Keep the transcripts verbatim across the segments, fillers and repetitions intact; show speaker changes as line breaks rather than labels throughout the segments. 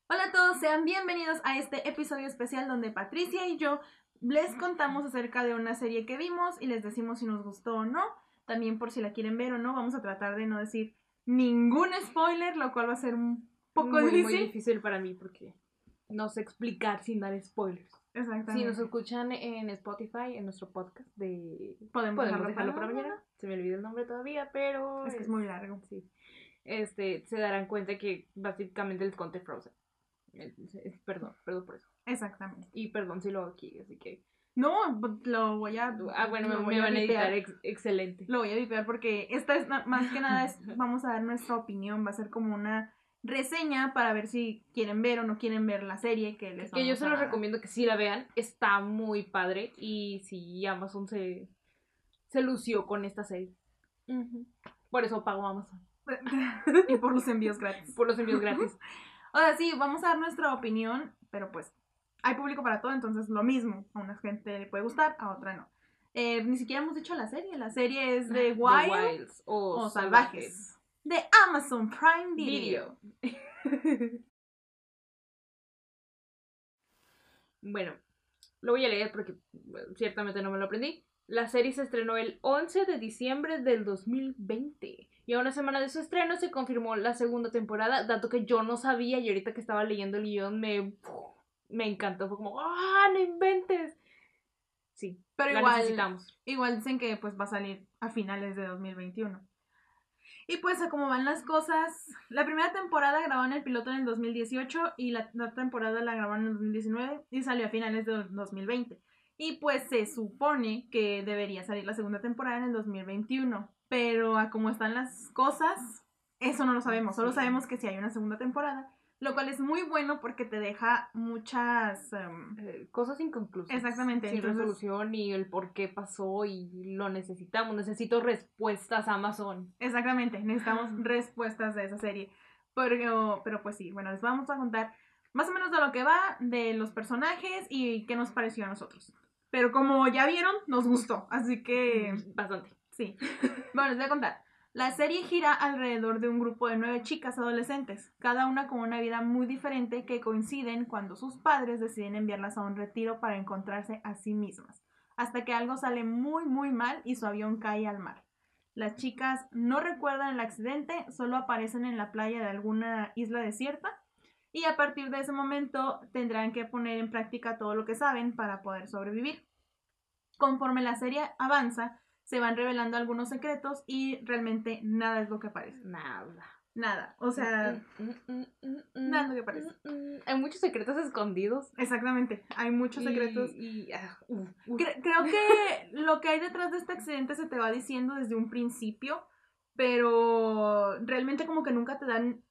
Hola a todos, sean bienvenidos a este episodio especial donde Patricia y yo les contamos acerca de una serie que vimos y les decimos si nos gustó o no. También por si la quieren ver o no, vamos a tratar de no decir ningún spoiler, lo cual va a ser un poco
muy,
difícil.
Muy difícil para mí porque no sé explicar sin dar spoilers.
Exactamente.
Si nos escuchan en Spotify, en nuestro podcast de...
Podemos,
Podemos
dejarlo,
dejarlo
para,
para mañana. mañana. Se me olvidó el nombre todavía, pero...
Es que es, es muy largo.
Sí. Este, se darán cuenta que básicamente les conté Frozen. Perdón, perdón por eso.
Exactamente.
Y perdón si lo hago aquí, así que...
No, lo voy a...
Ah, bueno, me,
voy
me
a
van a editar
ex
excelente.
Lo voy a vipear porque esta es más que nada, es, vamos a dar nuestra opinión, va a ser como una reseña para ver si quieren ver o no quieren ver la serie que les
Que yo se los
a...
recomiendo que sí la vean, está muy padre y sí, Amazon se, se lució con esta serie. Uh-huh. Por eso pago Amazon.
Y por los envíos gratis.
Por los envíos gratis.
O sea, sí, vamos a dar nuestra opinión, pero pues hay público para todo, entonces lo mismo. A una gente le puede gustar, a otra no. Eh, ni siquiera hemos dicho la serie. La serie es de Wild
The Wilds o,
o
Salvajes.
Salvajes. De Amazon Prime Video.
Video. Bueno, lo voy a leer porque bueno, ciertamente no me lo aprendí. La serie se estrenó el once de diciembre del dos mil veinte. Y a una semana de su estreno se confirmó la segunda temporada, dato que yo no sabía y ahorita que estaba leyendo el guión me, me encantó. Fue como, ¡ah, no inventes! Sí,
pero
la
igual,
necesitamos.
Igual dicen que pues va a salir a finales de dos mil veintiuno. Y pues a cómo van las cosas, la primera temporada grabaron el piloto en el dos mil dieciocho y la, la temporada la grabaron en el dos mil diecinueve y salió a finales de dos mil veinte. Y pues se supone que debería salir la segunda temporada en el dos mil veintiuno. Pero a cómo están las cosas, eso no lo sabemos. Solo sabemos que sí hay una segunda temporada. Lo cual es muy bueno porque te deja muchas... Um,
eh, cosas inconclusas.
Exactamente.
Sin entonces, resolución y el por qué pasó y lo necesitamos. Necesito respuestas, Amazon.
Exactamente. Necesitamos respuestas de esa serie. Pero, pero pues sí, bueno, les vamos a contar más o menos de lo que va, de los personajes y qué nos pareció a nosotros. Pero como ya vieron, nos gustó. Así que...
Bastante.
Sí. Bueno, les voy a contar. La serie gira alrededor de un grupo de nueve chicas adolescentes, cada una con una vida muy diferente que coinciden cuando sus padres deciden enviarlas a un retiro para encontrarse a sí mismas, hasta que algo sale muy muy mal y su avión cae al mar. Las chicas no recuerdan el accidente, solo aparecen en la playa de alguna isla desierta y a partir de ese momento tendrán que poner en práctica todo lo que saben para poder sobrevivir. Conforme la serie avanza, se van revelando algunos secretos y realmente nada es lo que parece.
Nada.
Nada. O sea, mm, mm, mm, mm, nada es lo que parece.
Mm, mm. Hay muchos secretos escondidos.
Exactamente. Hay muchos secretos.
Y, y, uh, uh, uh.
Cre- creo que lo que hay detrás de este accidente se te va diciendo desde un principio, pero realmente como que nunca te dan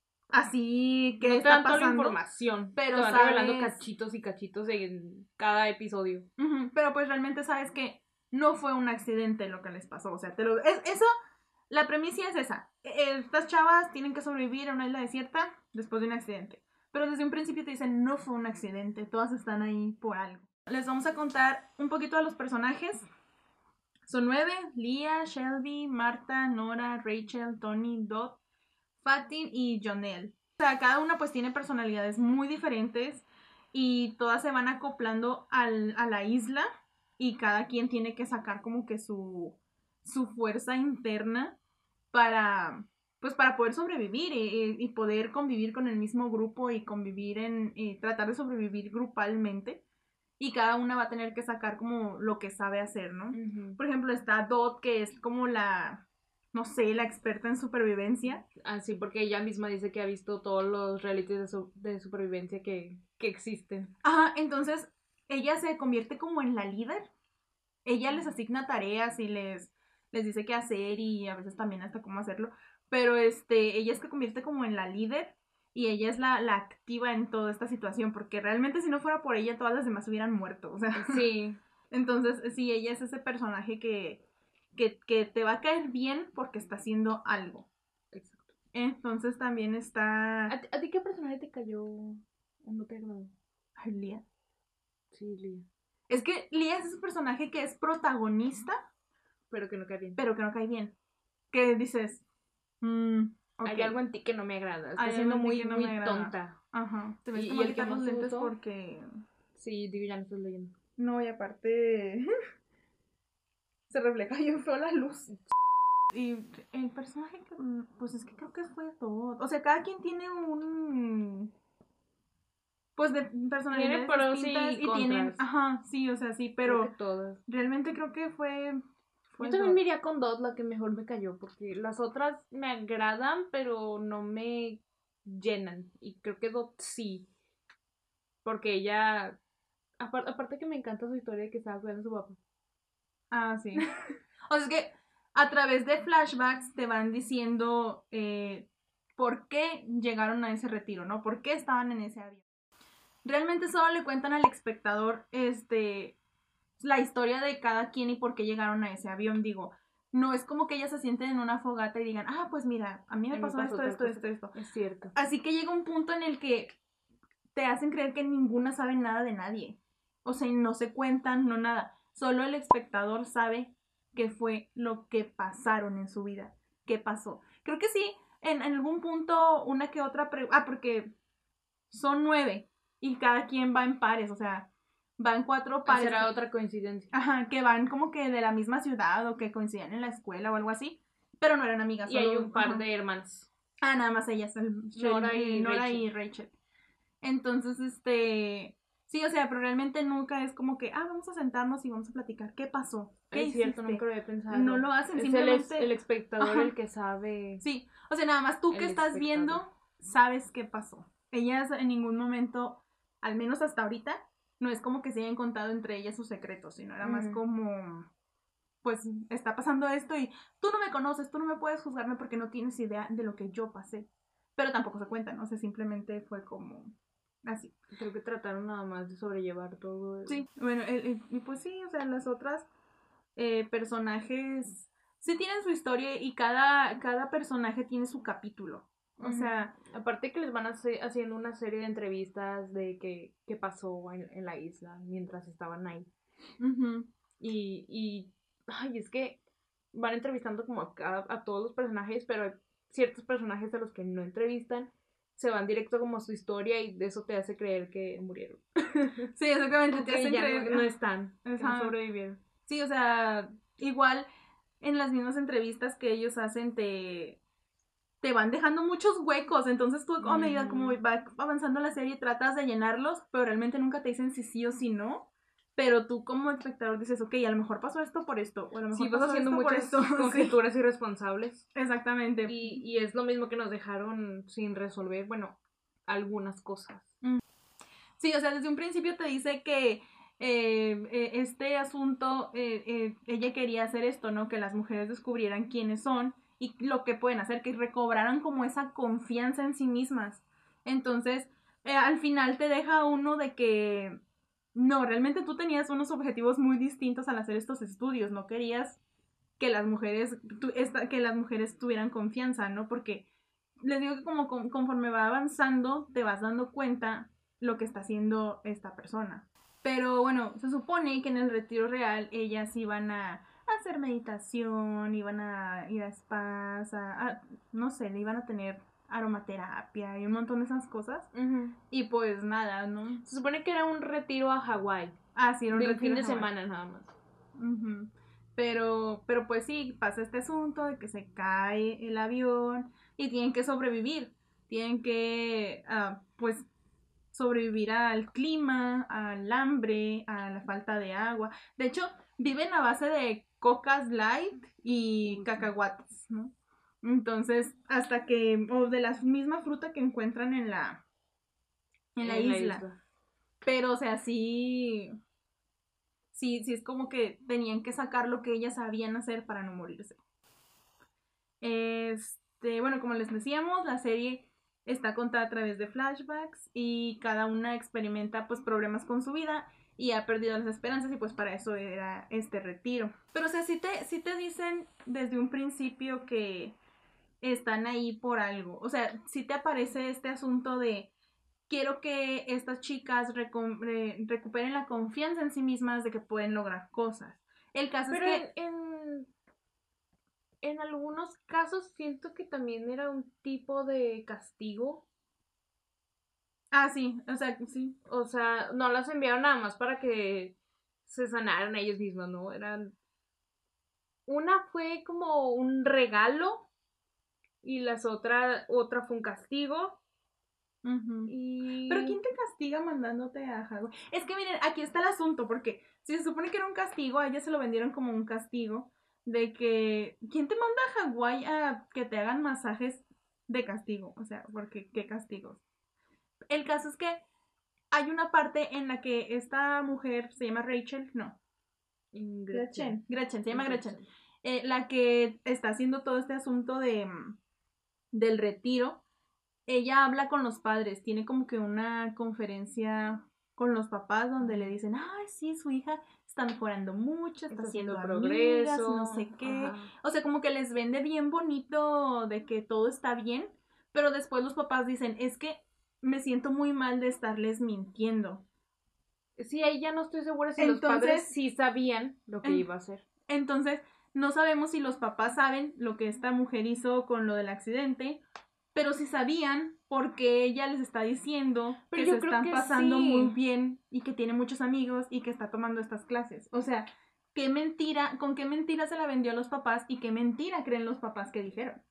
así que
no
está
te dan
pasando.
Toda la información.
Pero
te van
sabes...
revelando cachitos y cachitos en cada episodio.
Uh-huh, pero pues realmente sabes que no fue un accidente lo que les pasó. O sea, te lo... Es, eso, la premisa es esa. Estas chavas tienen que sobrevivir a una isla desierta después de un accidente. Pero desde un principio te dicen, no fue un accidente, todas están ahí por algo. Les vamos a contar un poquito de los personajes. Son nueve: Leah, Shelby, Marta, Nora, Rachel, Tony, Dot, Fatin y Jonelle. O sea, cada una pues tiene personalidades muy diferentes y todas se van acoplando al, a la isla y cada quien tiene que sacar como que su, su fuerza interna para, pues para poder sobrevivir y, y poder convivir con el mismo grupo y convivir en, y tratar de sobrevivir grupalmente. Y cada una va a tener que sacar como lo que sabe hacer, ¿no? Uh-huh. Por ejemplo, está Dot, que es como la, no sé, la experta en supervivencia.
Ah, sí, porque ella misma dice que ha visto todos los realities de, su, de supervivencia que, que existen.
Ajá, entonces ella se convierte como en la líder. Ella les asigna tareas y les, les dice qué hacer y a veces también hasta cómo hacerlo. Pero este, ella se convierte como en la líder y ella es la, la activa en toda esta situación, porque realmente si no fuera por ella todas las demás hubieran muerto, o sea.
Sí.
Entonces, sí, ella es ese personaje que, que, que te va a caer bien porque está haciendo algo.
Exacto.
Entonces también está...
¿A, ¿A ti qué personaje te cayó o no te agradó?
Ay, Leah.
Sí, Leah.
Es que Leah es ese personaje que es protagonista,
pero que no cae bien.
Pero que no cae bien. Que dices, mmm,
Okay. Hay algo en ti que no me agrada. Estás
Hay
siendo muy,
no
muy tonta.
Ajá. Te ves
y,
como
y el que
los
más
lentes
gustó?
Porque...
Sí, digo, ya no estás leyendo.
No, y aparte... se refleja bien feo la luz. Y el personaje, pues es que creo que fue todo. O sea, cada quien tiene un... Pues de personalidades
tiene pros
distintas
y,
y tienen... Ajá, sí, o sea, sí, pero...
Creo que todas.
Realmente creo que fue... fue
Yo también me iría con Dot, la que mejor me cayó, porque las otras me agradan, pero no me llenan. Y creo que Dot sí. Porque ella... Aparte, aparte que me encanta su historia de que estaba cuidando a su papá.
Ah, sí. O sea, es que a través de flashbacks te van diciendo eh, por qué llegaron a ese retiro, ¿no? ¿Por qué estaban en ese avión? Realmente solo le cuentan al espectador este, la historia de cada quien y por qué llegaron a ese avión. Digo, no es como que ellas se sienten en una fogata y digan, ah, pues mira, a mí me, pasó, me pasó esto, esto, esto, esto.
Es cierto.
Así que llega un punto en el que te hacen creer que ninguna sabe nada de nadie. O sea, no se cuentan, no nada. Solo el espectador sabe qué fue lo que pasaron en su vida. ¿Qué pasó? Creo que sí, en, en algún punto, una que otra pregunta. Ah, porque son nueve y cada quien va en pares, o sea, van cuatro pares.
Será otra coincidencia.
Ajá, que van como que de la misma ciudad o que coincidían en la escuela o algo así, pero no eran amigas.
Y solo, hay un par ajá. de hermanas.
Ah, nada más ellas, el,
Nora, y,
eh, Nora
Rachel.
y Rachel. Entonces, este... Sí, o sea, pero realmente nunca es como que, ah, vamos a sentarnos y vamos a platicar. ¿Qué pasó? ¿Qué
es
hiciste?
cierto, nunca lo había pensado.
No lo hacen,
es
simplemente...
El, el espectador ajá. el que sabe...
Sí, o sea, nada más tú que estás espectador. Viendo, sabes qué pasó. Ellas en ningún momento, al menos hasta ahorita, no es como que se hayan contado entre ellas sus secretos, sino era mm. más como... Pues está pasando esto y tú no me conoces, tú no me puedes juzgarme porque no tienes idea de lo que yo pasé. Pero tampoco se cuentan, ¿no? O sea, simplemente fue como... Así.
Creo que trataron nada más de sobrellevar todo. El...
Sí, bueno, el, el, pues sí, o sea, las otras eh, personajes sí tienen su historia y cada, cada personaje tiene su capítulo. O uh-huh. sea...
Aparte que les van a hacer, haciendo una serie de entrevistas de qué, qué pasó en, en la isla mientras estaban ahí.
Uh-huh.
Y, y, ay, es que van entrevistando como a, a, a todos los personajes, pero hay ciertos personajes a los que no entrevistan. Se van directo como a su historia y de eso te hace creer que murieron.
Sí, exactamente, te hacen
ya
creer
no, no están,
que
no sobrevivieron.
Sí, o sea, igual en las mismas entrevistas que ellos hacen te, te van dejando muchos huecos, entonces tú a medida como va avanzando la serie tratas de llenarlos, pero realmente nunca te dicen si sí o si no. Pero tú como espectador dices, ok, a lo mejor pasó esto por esto, o a lo mejor
sí,
pasó
vas haciendo
esto
muchas
por esto.
conjeturas sí. irresponsables.
Exactamente.
Y, y es lo mismo que nos dejaron sin resolver, bueno, algunas cosas.
Sí, o sea, desde un principio te dice que eh, eh, este asunto, eh, eh, ella quería hacer esto, ¿no? Que las mujeres descubrieran quiénes son y lo que pueden hacer, que recobraran como esa confianza en sí mismas. Entonces, eh, al final te deja uno de que... No, realmente tú tenías unos objetivos muy distintos al hacer estos estudios, no querías que las mujeres, tu, esta, que las mujeres tuvieran confianza, ¿no? Porque les digo que como con, conforme va avanzando, te vas dando cuenta lo que está haciendo esta persona. Pero bueno, se supone que en el retiro real ellas iban a hacer meditación, iban a ir a spas, a, a no sé, le iban a tener aromaterapia y un montón de esas cosas. Uh-huh. Y pues nada, ¿no?
Se supone que era un retiro a Hawái.
Ah, sí, era un
de
retiro
un fin de semana nada más.
Uh-huh. Pero, pero pues sí, pasa este asunto de que se cae el avión y tienen que sobrevivir. Tienen que, uh, pues, sobrevivir al clima, al hambre, a la falta de agua. De hecho, viven a base de cocas light y uh-huh. cacahuates, ¿no? Entonces, hasta que, o de la misma fruta que encuentran en la, en la, en isla. la isla. Pero, o sea, sí, sí, sí es como que tenían que sacar lo que ellas sabían hacer para no morirse. Este, bueno, como les decíamos, la serie está contada a través de flashbacks y cada una experimenta pues problemas con su vida y ha perdido las esperanzas y pues para eso era este retiro. Pero, o sea, sí te, sí te dicen desde un principio que están ahí por algo. O sea, sí te aparece este asunto de quiero que estas chicas recu- re- recuperen la confianza en sí mismas de que pueden lograr cosas. El caso
Pero
es que...
en, en... en algunos casos siento que también era un tipo de castigo.
Ah, sí, o sea, sí.
O sea, no las enviaron nada más para que se sanaran ellos mismos, ¿no? Eran... Una fue como un regalo y las otra, otra fue un castigo.
Uh-huh.
Y...
Pero ¿quién te castiga mandándote a Hawái? Es que miren, aquí está el asunto, porque si se supone que era un castigo, a ella se lo vendieron como un castigo, de que, ¿quién te manda a Hawái a que te hagan masajes de castigo? O sea, porque, ¿qué castigos? El caso es que hay una parte en la que esta mujer, se llama Rachel, no, Gretchen, Gretchen, se llama Gretchen, Gretchen. Eh, la que está haciendo todo este asunto de, del retiro. Ella habla con los padres, tiene como que una conferencia con los papás donde le dicen, ay, sí, su hija está mejorando mucho, está, está haciendo, haciendo amigas, progreso, no sé qué. Ajá. O sea, como que les vende bien bonito de que todo está bien, pero después los papás dicen, es que me siento muy mal de estarles mintiendo.
Sí, ahí ya no estoy segura si entonces, los padres sí sabían lo que en, iba a hacer.
Entonces, no sabemos si los papás saben lo que esta mujer hizo con lo del accidente, pero si sabían porque ella les está diciendo pero que se están que pasando sí. muy bien y que tiene muchos amigos y que está tomando estas clases. O sea, qué mentira, con qué mentira se la vendió a los papás y qué mentira creen los papás que dijeron.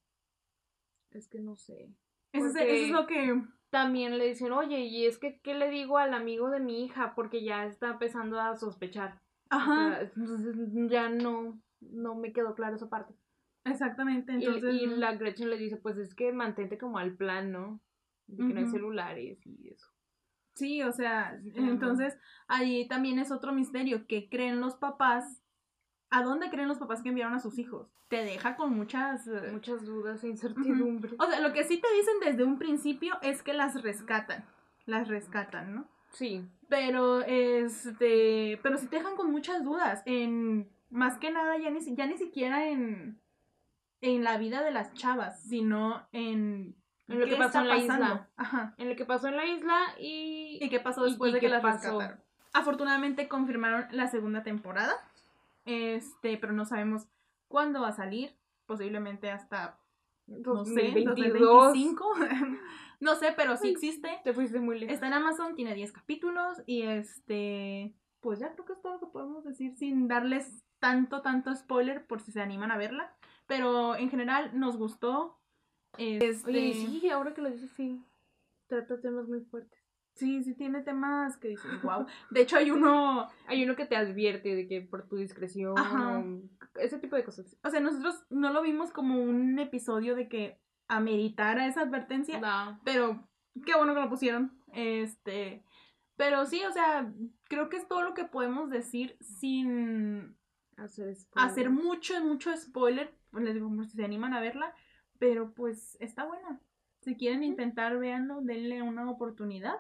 Es que no sé.
Eso es, eso es lo que...
También le dicen, oye, y es que, ¿qué le digo al amigo de mi hija? Porque ya está empezando a sospechar. Ajá. O sea, ya no, no me quedó claro esa parte.
Exactamente, entonces...
Y, y la Gretchen le dice, pues es que mantente como al plan, ¿no? De que uh-huh. no hay celulares y eso.
Sí, o sea, entonces ahí también es otro misterio. ¿Qué creen los papás? ¿A dónde creen los papás que enviaron a sus hijos? Te deja con muchas... Uh...
Muchas dudas e incertidumbres.
Uh-huh. O sea, lo que sí te dicen desde un principio es que las rescatan. Las rescatan, ¿no?
Sí.
Pero, este... Pero sí te dejan con muchas dudas. En... Más que nada, ya ni, ya ni siquiera en... En la vida de las chavas, sino en...
En lo que pasó en la pasando? isla. Ajá. En lo que pasó en la isla y...
¿Y qué pasó después
y, y
de que las
pasó?
rescataron? Afortunadamente confirmaron la segunda temporada. Este, pero no sabemos cuándo va a salir. Posiblemente hasta, no sé, dos mil veinticinco. No sé, pero sí existe.
Te fuiste muy lejos.
Está en Amazon, tiene diez capítulos. Y este, pues ya creo que es todo lo que podemos decir sin darles tanto, tanto spoiler por si se animan a verla. Pero en general nos gustó. Este...
Oye, sí, ahora que lo dices, sí. Trata temas muy fuertes.
Sí, sí tiene temas que dices, wow. De hecho, hay uno...
Hay uno que te advierte de que por tu discreción
Ajá.
o ese tipo de cosas.
O sea, nosotros no lo vimos como un episodio de que ameritara esa advertencia.
No.
Pero qué bueno que lo pusieron. Este... Pero sí, o sea, creo que es todo lo que podemos decir sin
hacer,
hacer mucho, mucho spoiler. Pues les digo, si se animan a verla. Pero pues está buena. Si quieren intentar, véanlo, denle una oportunidad.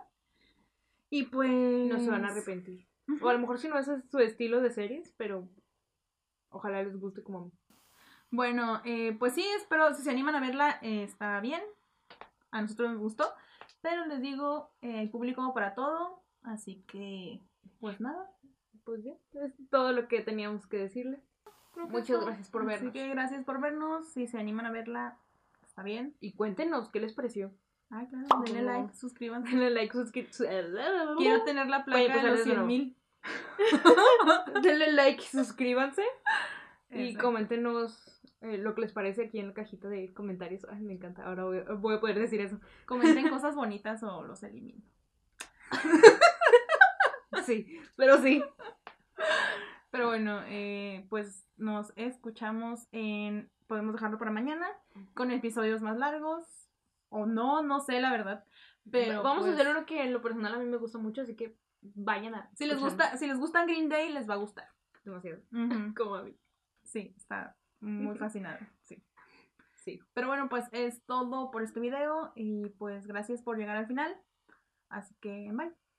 Y pues...
No se van a arrepentir. Uh-huh. O a lo mejor si no ese es su estilo de series, pero ojalá les guste como a mí.
Bueno, eh, pues sí, espero, si se animan a verla, eh, está bien. A nosotros nos gustó. Pero les digo, eh, hay público para todo. Así que, pues nada.
Pues bien, es todo lo que teníamos que decirles. Muchas
eso.
gracias por vernos.
Así que gracias por vernos. Si se animan a verla, está bien.
Y cuéntenos qué les pareció.
Ah, claro, denle
oh.
like, suscríbanse.
Denle like, suscríbanse.
Quiero tener la placa de los cien mil.
Denle like y suscríbanse. Y exacto. Coméntenos eh, lo que les parece aquí en la cajita de comentarios. Ay, me encanta. Ahora voy, voy a poder decir eso.
Comenten cosas bonitas o los elimino.
Sí, pero sí.
Pero bueno, eh, pues nos escuchamos en... Podemos dejarlo para mañana con episodios más largos. O no, no sé la verdad. Pero
vamos
pues,
a hacer uno que en lo personal a mí me gusta mucho, así que vayan a...
Si les gusta, si les gusta Green Day, les va a gustar.
Demasiado.
Uh-huh.
Como a mí.
Sí, está muy fascinada. Sí. Sí. Pero bueno, pues es todo por este video. Y pues gracias por llegar al final. Así que bye.